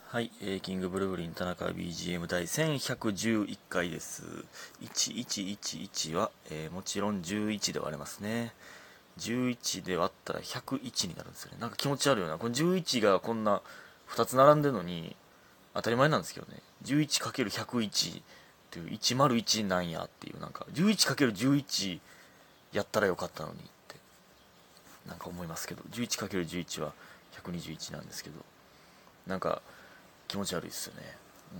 はい、キングブルーリン田中 BGM 第1111回です。1111は、もちろん11で割れますね。11で割ったら101になるんですよね。なんか気持ち悪いよな。この11がこんな2つ並んでるのに当たり前なんですけどね。11×101 っていう101なんやっていう、なんか 11×11 やったらよかったのにってなんか思いますけど、11×11 は121なんですけど、なんか気持ち悪いですよね。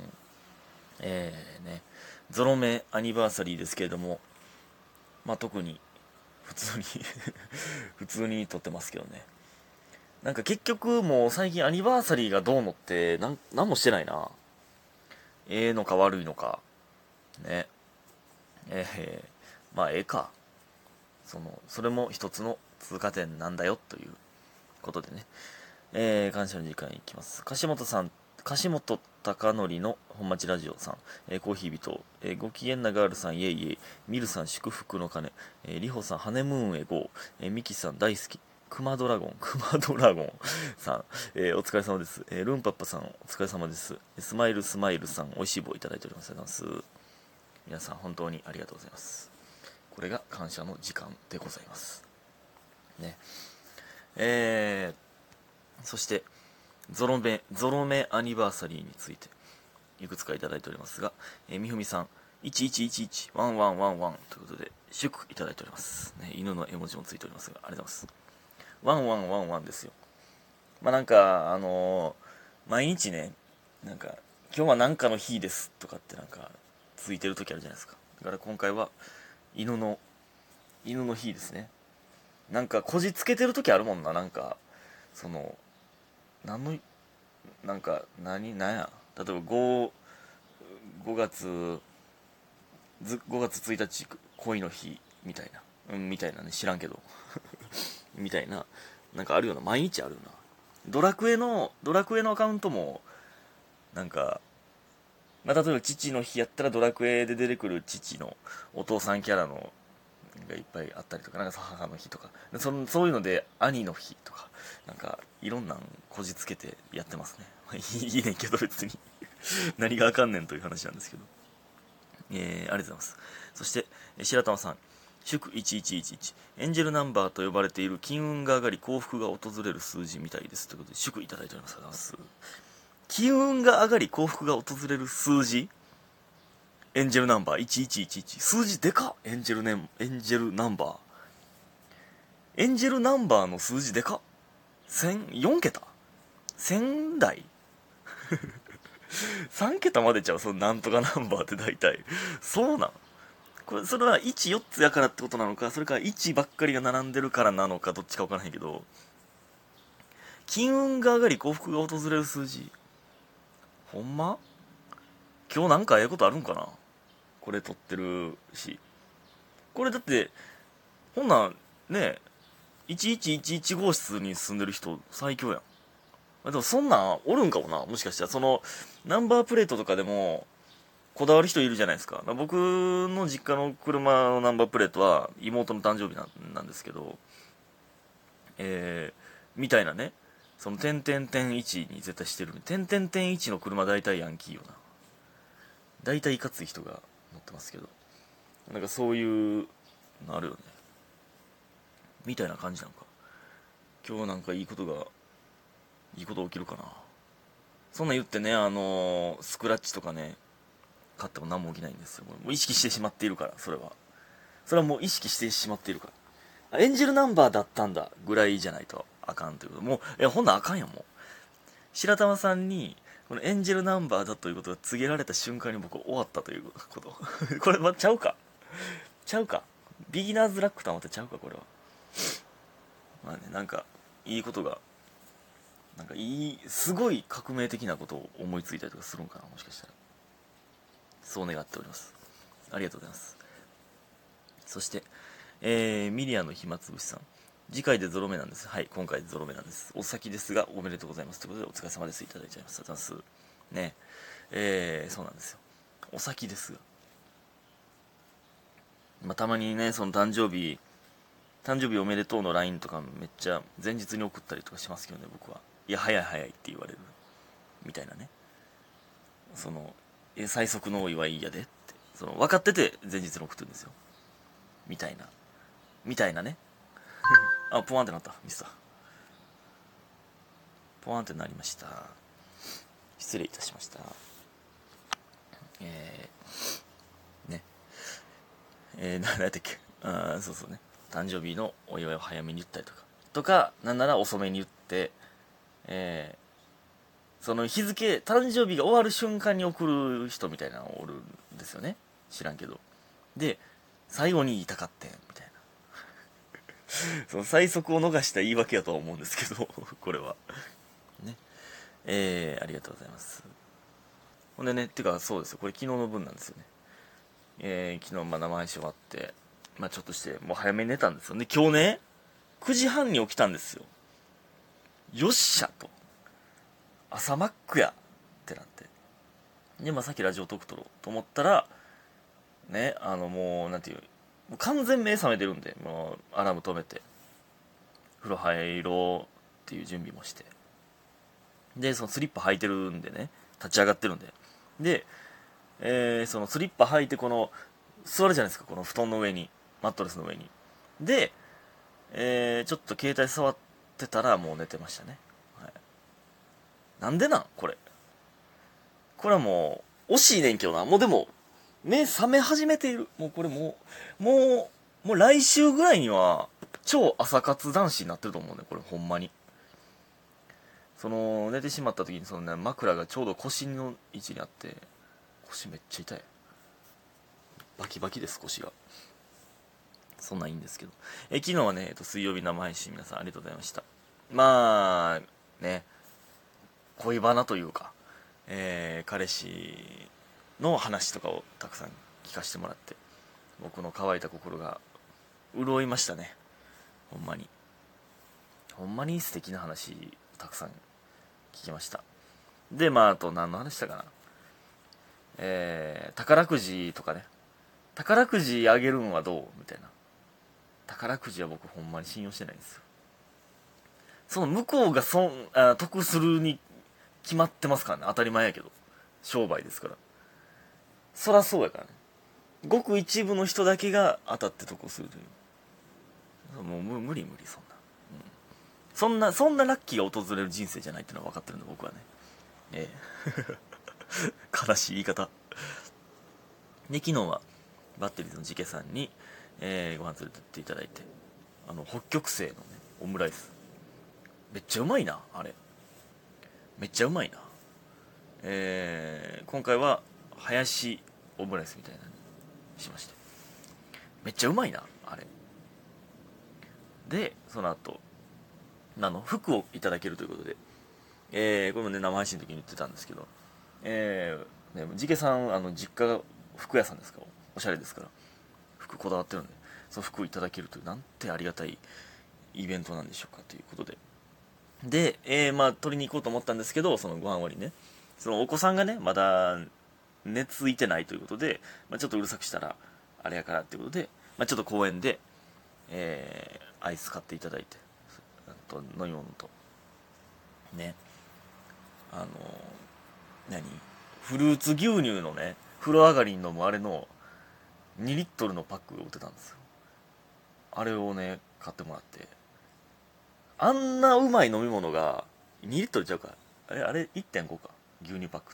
ね、ゾロ目アニバーサリーですけれども、まあ特に普通に普通に撮ってますけどね。なんか結局もう最近アニバーサリーがどうのってなんもしてないな。ええのか悪いのか。ね。まあええか。それも一つの通過点なんだよということでね。感謝の時間いきます。樫本貴則の本町ラジオさん、コーヒー人、ご機嫌なガールさんイエイイエイ、ミルさん祝福の鐘、リホさんハネムーンへゴー、ミキさん大好き、クマドラゴンさん、お疲れ様です。ルンパッパさん、お疲れ様です。スマイルスマイルさん、おいしい棒いただいております。ありがとうございます。皆さん本当にありがとうございます。これが感謝の時間でございます。ね。そして、ゾロ目アニバーサリーについていくつかいただいておりますが、みふみさん、1111、ワンワンワンワンということで、祝いただいております。ね、犬の絵文字もついておりますが、ありがとうございます。ワンワンワンワンですよ。まあなんか、毎日ね、なんか、今日はなんかの日ですとかってなんか、ついてる時あるじゃないですか。だから今回は、犬の、犬の日ですね。なんか、こじつけてる時あるもんな、なんか、その、何の、なんや、例えば5月、5月1日恋の日みたいな、みたいなね、知らんけどみたいな、なんかあるような、毎日あるよな。ドラクエのアカウントもなんか、まあ、例えば父の日やったらドラクエで出てくる父のお父さんキャラのがいっぱいあったりとか、なんか母の日とか、そういうので兄の日とか、なんかいろんなんこじつけてやってますね。いいねんけど別に何があかんねんという話なんですけど、ありがとうございます。そして白玉さん、祝1111、エンジェルナンバーと呼ばれている金運が上がり幸福が訪れる数字みたいですということで祝いただいております。ありがとうございます。金運が上がり幸福が訪れる数字、エンジェルナンバー1111、数字でかっ。エンジェルナンバー、エンジェルナンバーの数字でかっ。4桁 ?1000 台3桁までちゃう、そのなんとかナンバーって大体。そうなん、それは14つやからってことなのか、それから1ばっかりが並んでるからなのか、どっちか分からへんけど、金運が上がり幸福が訪れる数字、ほんま今日なんかええことあるんかな。これ撮ってるし、これだってほんなんね、1111号室に住んでる人最強やん。でもそんなんおるんかもな、もしかしたら。ナンバープレートとかでもこだわる人いるじゃないですか。僕の実家の車のナンバープレートは妹の誕生日なんですけど、みたいなね、その点々点1に絶対してる。点々点1の車大体ヤンキーよな。大体いかつい人が乗ってますけど、なんかそういうのあるよね。みたいな感じなのか。今日なんかいいこと起きるかな。そんなん言ってね、スクラッチとかね、買っても何も起きないんですよ。もう意識してしまっているから、それはもう意識してしまっているから。エンジェルナンバーだったんだぐらいじゃないとあかんということ。もう、ほんなんあかんやん、もう。白玉さんに、このエンジェルナンバーだということが告げられた瞬間に僕終わったということ。これ、ちゃうか。ビギナーズラックとはまたちゃうか、これは。まあね、なんか、いいことが、すごい革命的なことを思いついたりとかするんかな、もしかしたら。そう願っております。ありがとうございます。そして、ミリアの暇つぶしさん。次回でゾロ目なんです。はい、今回でゾロ目なんです。お先ですが、おめでとうございます。ということで、お疲れ様です。いただいちゃいます。ありがとうございます。ね。そうなんですよ。お先ですが。まあ、たまにね、その誕生日おめでとうの LINE とかめっちゃ前日に送ったりとかしますけどね、僕は。いや、早い早いって言われる。みたいなね。 その最速のお祝いやでって、分かってて前日に送ってるんですよ、みたいなね。あ、ポワンってなった、ミスターポワンってなりました。失礼いたしました。ね何やったっけ、そうね、誕生日のお祝いを早めに言ったりとかなんなら遅めに言って、その日付、誕生日が終わる瞬間に送る人みたいなのおるんですよね、知らんけど。で、最後に言いたかってんみたいなその最速を逃した言い訳やとは思うんですけどこれはね、ありがとうございます。ほんでね、てかそうですよ、これ昨日の分なんですよね。昨日生配信終わって、ちょっとしてもう早めに寝たんですよね。今日ね9時半に起きたんですよ。よっしゃと、朝マックやってなって、でさっきラジオトーク撮ろうと思ったらね、もうなんていう、もう完全目覚めてるんで、もうアラーム止めて風呂入ろうっていう準備もして、でそのスリッパ履いてるんでね、立ち上がってるんで、そのスリッパ履いてこの座るじゃないですか、この布団の上に、マットレスの上に。で、ちょっと携帯触ってたらもう寝てましたね。はい、なんでなんこれはもう惜しいねんけどな。もうでも目覚め始めている。もうこれもう来週ぐらいには超朝活男子になってると思うね、これほんまに。その寝てしまった時にその、ね、枕がちょうど腰の位置にあって、腰めっちゃ痛い、バキバキです、腰が。そんなんいいんですけど、昨日はね、水曜日生配信皆さんありがとうございました。まあね、恋バナというか、彼氏の話とかをたくさん聞かせてもらって、僕の乾いた心が潤いましたね。ほんまに素敵な話たくさん聞きました。であと何の話したかな、宝くじとかね、宝くじあげるんはどうみたいな。宝くじは僕ほんまに信用してないんですよ。その向こうが得するに決まってますからね。当たり前やけど、商売ですから。そらそうやからね。ごく一部の人だけが当たって得するという、もう無理そんなラッキーが訪れる人生じゃないっていうのは分かってるんで、僕はね。悲しい言い方で、昨日はバッテリーズのジケさんに、ご飯連れてっていただいて、北極星のねオムライス、めっちゃうまいなあれ。めっちゃうまいな。今回はハヤシオムライスみたいなのにしまして、めっちゃうまいなあれで、その後服をいただけるということで、これもね生配信の時に言ってたんですけど、ジケさん実家が服屋さんですから、おしゃれですから、服こだわってるんで、その服をいただけるという、なんてありがたいイベントなんでしょうかということで、取りに行こうと思ったんですけど、そのご飯終わりね、そのお子さんがねまだ寝ついてないということで、ちょっとうるさくしたらあれやからっていうことで、ちょっと公園で、アイス買っていただいて、と飲み物とね、フルーツ牛乳のね、風呂上がりに飲むあれの2リットルのパックが売ってたんですよ。あれをね買ってもらって、あんなうまい飲み物が2リットルちゃうか、あれ 1.5 か、牛乳パックって。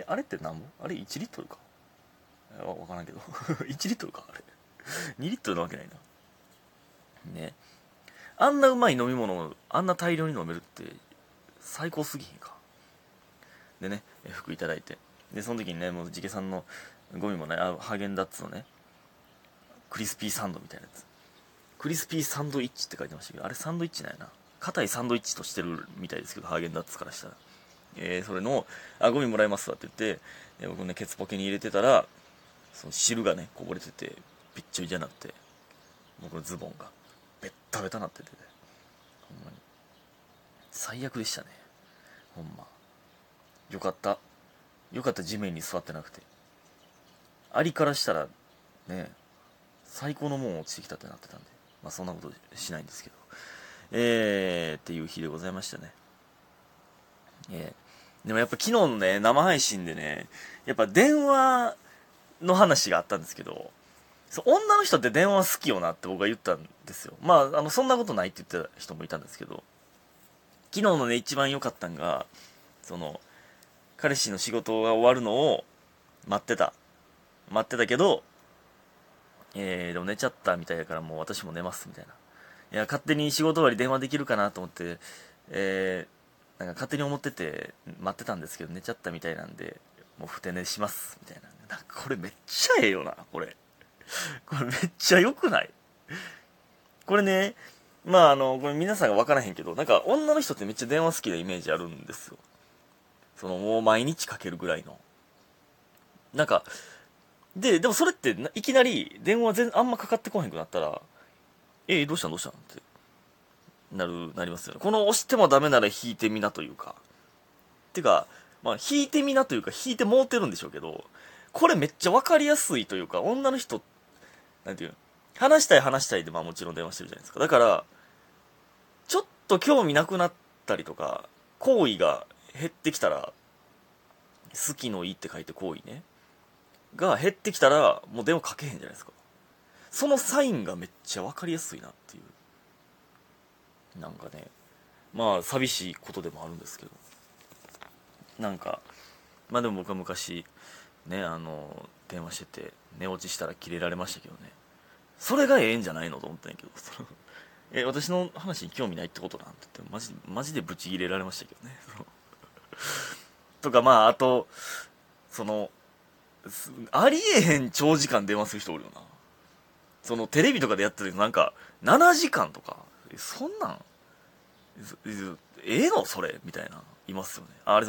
あれって何本、あれ1リットルか、わからんけど1リットルかあれ2リットルなわけないなね。あんなうまい飲み物をあんな大量に飲めるって最高すぎひんか。でね、服いただいて、でその時にね、もうジケさんのゴミもね、ハーゲンダッツのねクリスピーサンドみたいなやつ、クリスピーサンドイッチって書いてましたけど、あれサンドイッチなんやな。硬いサンドイッチとしてるみたいですけど、ハーゲンダッツからしたら、それのゴミもらいますわって言って、僕ねケツポケに入れてたら、その汁がねこぼれててびっちょびちょになって、僕のズボンがベッタベタなってて、ほんまに最悪でしたね。ほんまよかった地面に座ってなくて。アリからしたらね、最高のもん落ちてきたってなってたんで、そんなことしないんですけど、っていう日でございましたね。 でもやっぱ昨日のね、生配信でね、やっぱ電話の話があったんですけど、女の人って電話好きよなって僕は言ったんですよ。まあ、そんなことないって言ってた人もいたんですけど、昨日のね、一番良かったんが、彼氏の仕事が終わるのを待ってた。待ってたけど、でも寝ちゃったみたいだからもう私も寝ますみたいな。いや、勝手に仕事終わり電話できるかなと思って、なんか勝手に思ってて待ってたんですけど寝ちゃったみたいなんで、もうふて寝しますみたいな。なんかこれめっちゃええよな、これ。これめっちゃ良くない？これね、まあこれ皆さんが分からへんけど、なんか女の人ってめっちゃ電話好きなイメージあるんですよ。もう毎日かけるぐらいの。なんか、でもそれっていきなり電話あんまかかってこへんくなったら、どうしたんってなりますよね。この押してもダメなら引いてみなというか。てか、まあ引いてみなというか引いてもうてるんでしょうけど、これめっちゃ分かりやすいというか、女の人、なんていうの、話したいでまあもちろん電話してるじゃないですか。だから、ちょっと興味なくなったりとか、好意が減ってきたら、好きのいいって書いて好意ね。が減ってきたら、もう電話かけへんじゃないですか。そのサインがめっちゃ分かりやすいなっていう。なんかね、まあ寂しいことでもあるんですけど。なんか、まあでも僕は昔、ね、電話してて、寝落ちしたらキレられましたけどね。それがええんじゃないのと思ったんやけど、私の話に興味ないってことなんて言って、マジでブチギレられましたけどね。とか、まあ、あと、ありえへん長時間電話する人おるよな。テレビとかでやってるなんか、7時間とか、そんなん、ええのそれみたいな、いますよね。あれ